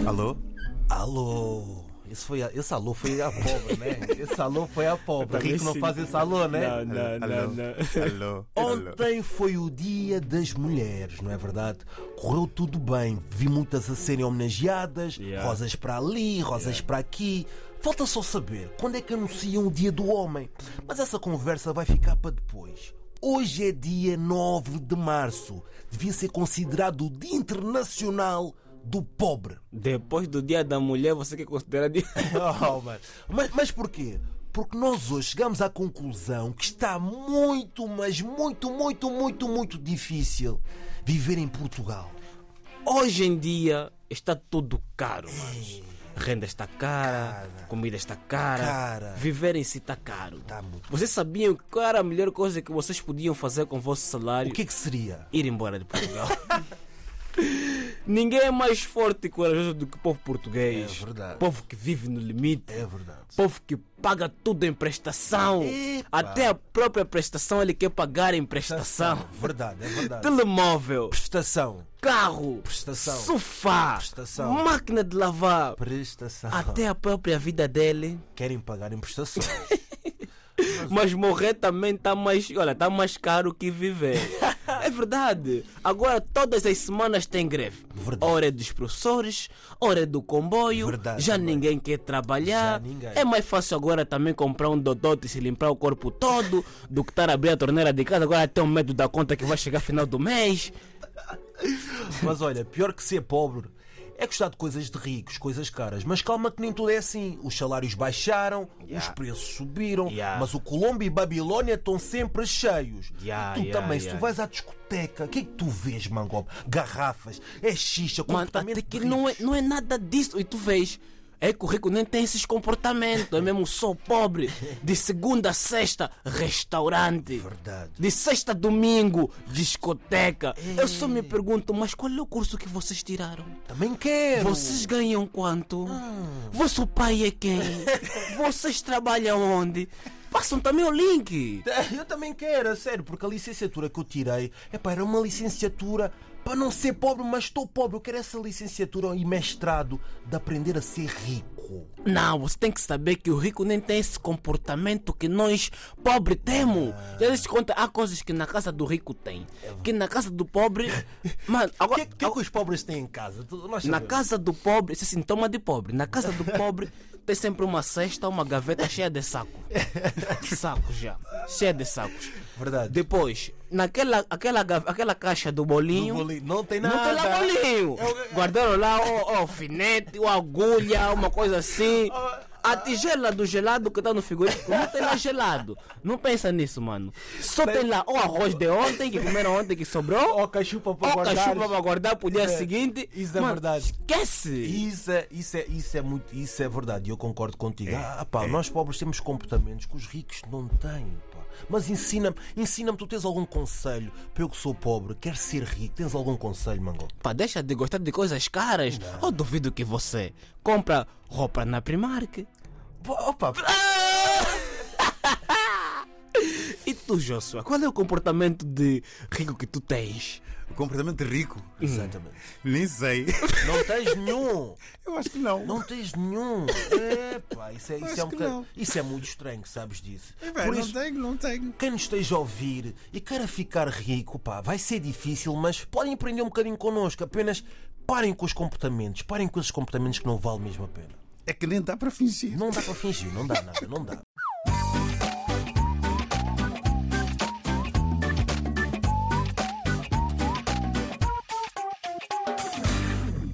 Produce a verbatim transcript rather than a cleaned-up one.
Alô? Alô? Esse, foi a, esse alô foi a pobre, né? Esse alô foi a pobre. Rico não faz esse alô, né? Não, não, não, não. Alô? Ontem foi o dia das mulheres, não é verdade? Correu tudo bem. Vi muitas a serem homenageadas, Yeah. rosas para ali, rosas Yeah. para aqui. Falta só saber quando é que anunciam o dia do homem. Mas essa conversa vai ficar para depois. Hoje é dia nove de março. Devia ser considerado o Dia Internacional do Pobre. Depois do dia da mulher, você quer considerar dia... Oh, mas, mas, mas porquê? Porque nós hoje chegamos à conclusão que está muito, mas muito, muito, muito, muito difícil viver em Portugal. Hoje em dia está tudo caro, mano. Renda está cara, Cara. comida está cara, Cara. viver em si está caro. Está muito. Vocês sabiam qual era a melhor coisa que vocês podiam fazer com o vosso salário? O que é que seria? Ir embora de Portugal. Ninguém é mais forte e corajoso do que o povo português. É verdade. Povo que vive no limite. É verdade. Povo que paga tudo em prestação. Epa. Até a própria prestação ele quer pagar em prestação. Verdade, é verdade. Telemóvel, Prestação. carro, Prestação. sofá, Prestação. máquina de lavar. Prestação. Até a própria vida dele. Querem pagar em prestações. Mas morrer também está mais, olha, tá mais caro que viver. É verdade. Agora todas as semanas tem greve. Verdade. Hora é dos professores, hora é do comboio. Verdade, já também. ninguém quer trabalhar. Já ninguém. É mais fácil agora também comprar um dodote e se limpar o corpo todo do que estar a abrir a torneira de casa. Agora tem um medo da conta que vai chegar final do mês. Mas olha, pior que ser pobre é gostar de coisas de ricos, coisas caras. Mas calma que nem tudo é assim. Os salários baixaram, Yeah. os preços subiram, Yeah. mas o Colombo e Babilónia estão sempre cheios. Yeah, tu yeah, também, se yeah. tu vais à discoteca, o que é que tu vês, Mangob? Garrafas, é xixa, Mano, comportamento até que de não é, ricos. não é nada disso. E tu vês, é que o rico nem tem esses comportamentos. É mesmo só pobre. De segunda a sexta, restaurante. Verdade. De sexta a domingo, discoteca. Eu só me pergunto, mas qual é o curso que vocês tiraram? Também quero. Vocês ganham quanto? Ah. Vosso pai é quem? Vocês trabalham onde? Passam também o link. Eu também quero, a sério, porque a licenciatura que eu tirei, epá, era uma licenciatura para não ser pobre, mas estou pobre. Eu quero essa licenciatura e mestrado de aprender a ser rico. Não, você tem que saber que o rico nem tem esse comportamento que nós, pobres, temos. Já se conta, há coisas que na casa do rico tem, que na casa do pobre... Mano, O agora... que, que é que os pobres têm em casa? Tu- nós Na sabemos. casa do pobre, isso é sintoma de pobre. Na casa do pobre tem sempre uma cesta, uma gaveta cheia de saco. Sacos já. Cheia de sacos. Verdade. Depois, naquela aquela, gav- aquela caixa do bolinho. Do bolinho. Não tem Não nada. tem lá bolinho. Guardaram lá o, o alfinete, o agulha, uma coisa assim. A tigela do gelado que está no frigorífico não tem lá gelado. Não pensa nisso, mano. Só tem lá o arroz de ontem, que comeram ontem, que sobrou. Ó, cachupa para Ou guardar. cachupa para guardar pro dia Isso é- seguinte. isso é Mano, verdade. Esquece. Isso é, isso, é, isso é muito, isso é verdade, e eu concordo contigo. Ah, pá, nós pobres temos comportamentos que os ricos não têm, pá. Mas ensina-me, ensina-me, tu tens algum conselho para eu que sou pobre, quero ser rico, tens algum conselho, Mango? Pá, deixa de gostar de coisas caras. Eu duvido que você compra roupa na Primark. Pô, opa, E tu, Joshua, qual é o comportamento de rico que tu tens? O comportamento de rico? exatamente. Nem sei. Não tens nenhum. Eu acho que não. Não tens nenhum. É, pá, isso é, isso Acho é um que bocado- não. isso é muito estranho, sabes disso. É, bem, Por não isso, tenho, não tenho. quem nos esteja a ouvir e queira ficar rico, pá, vai ser difícil, mas podem aprender um bocadinho connosco. Apenas parem com os comportamentos, parem com esses comportamentos que não valem mesmo a pena. É que nem dá para fingir. Não dá para fingir, não dá nada, não dá.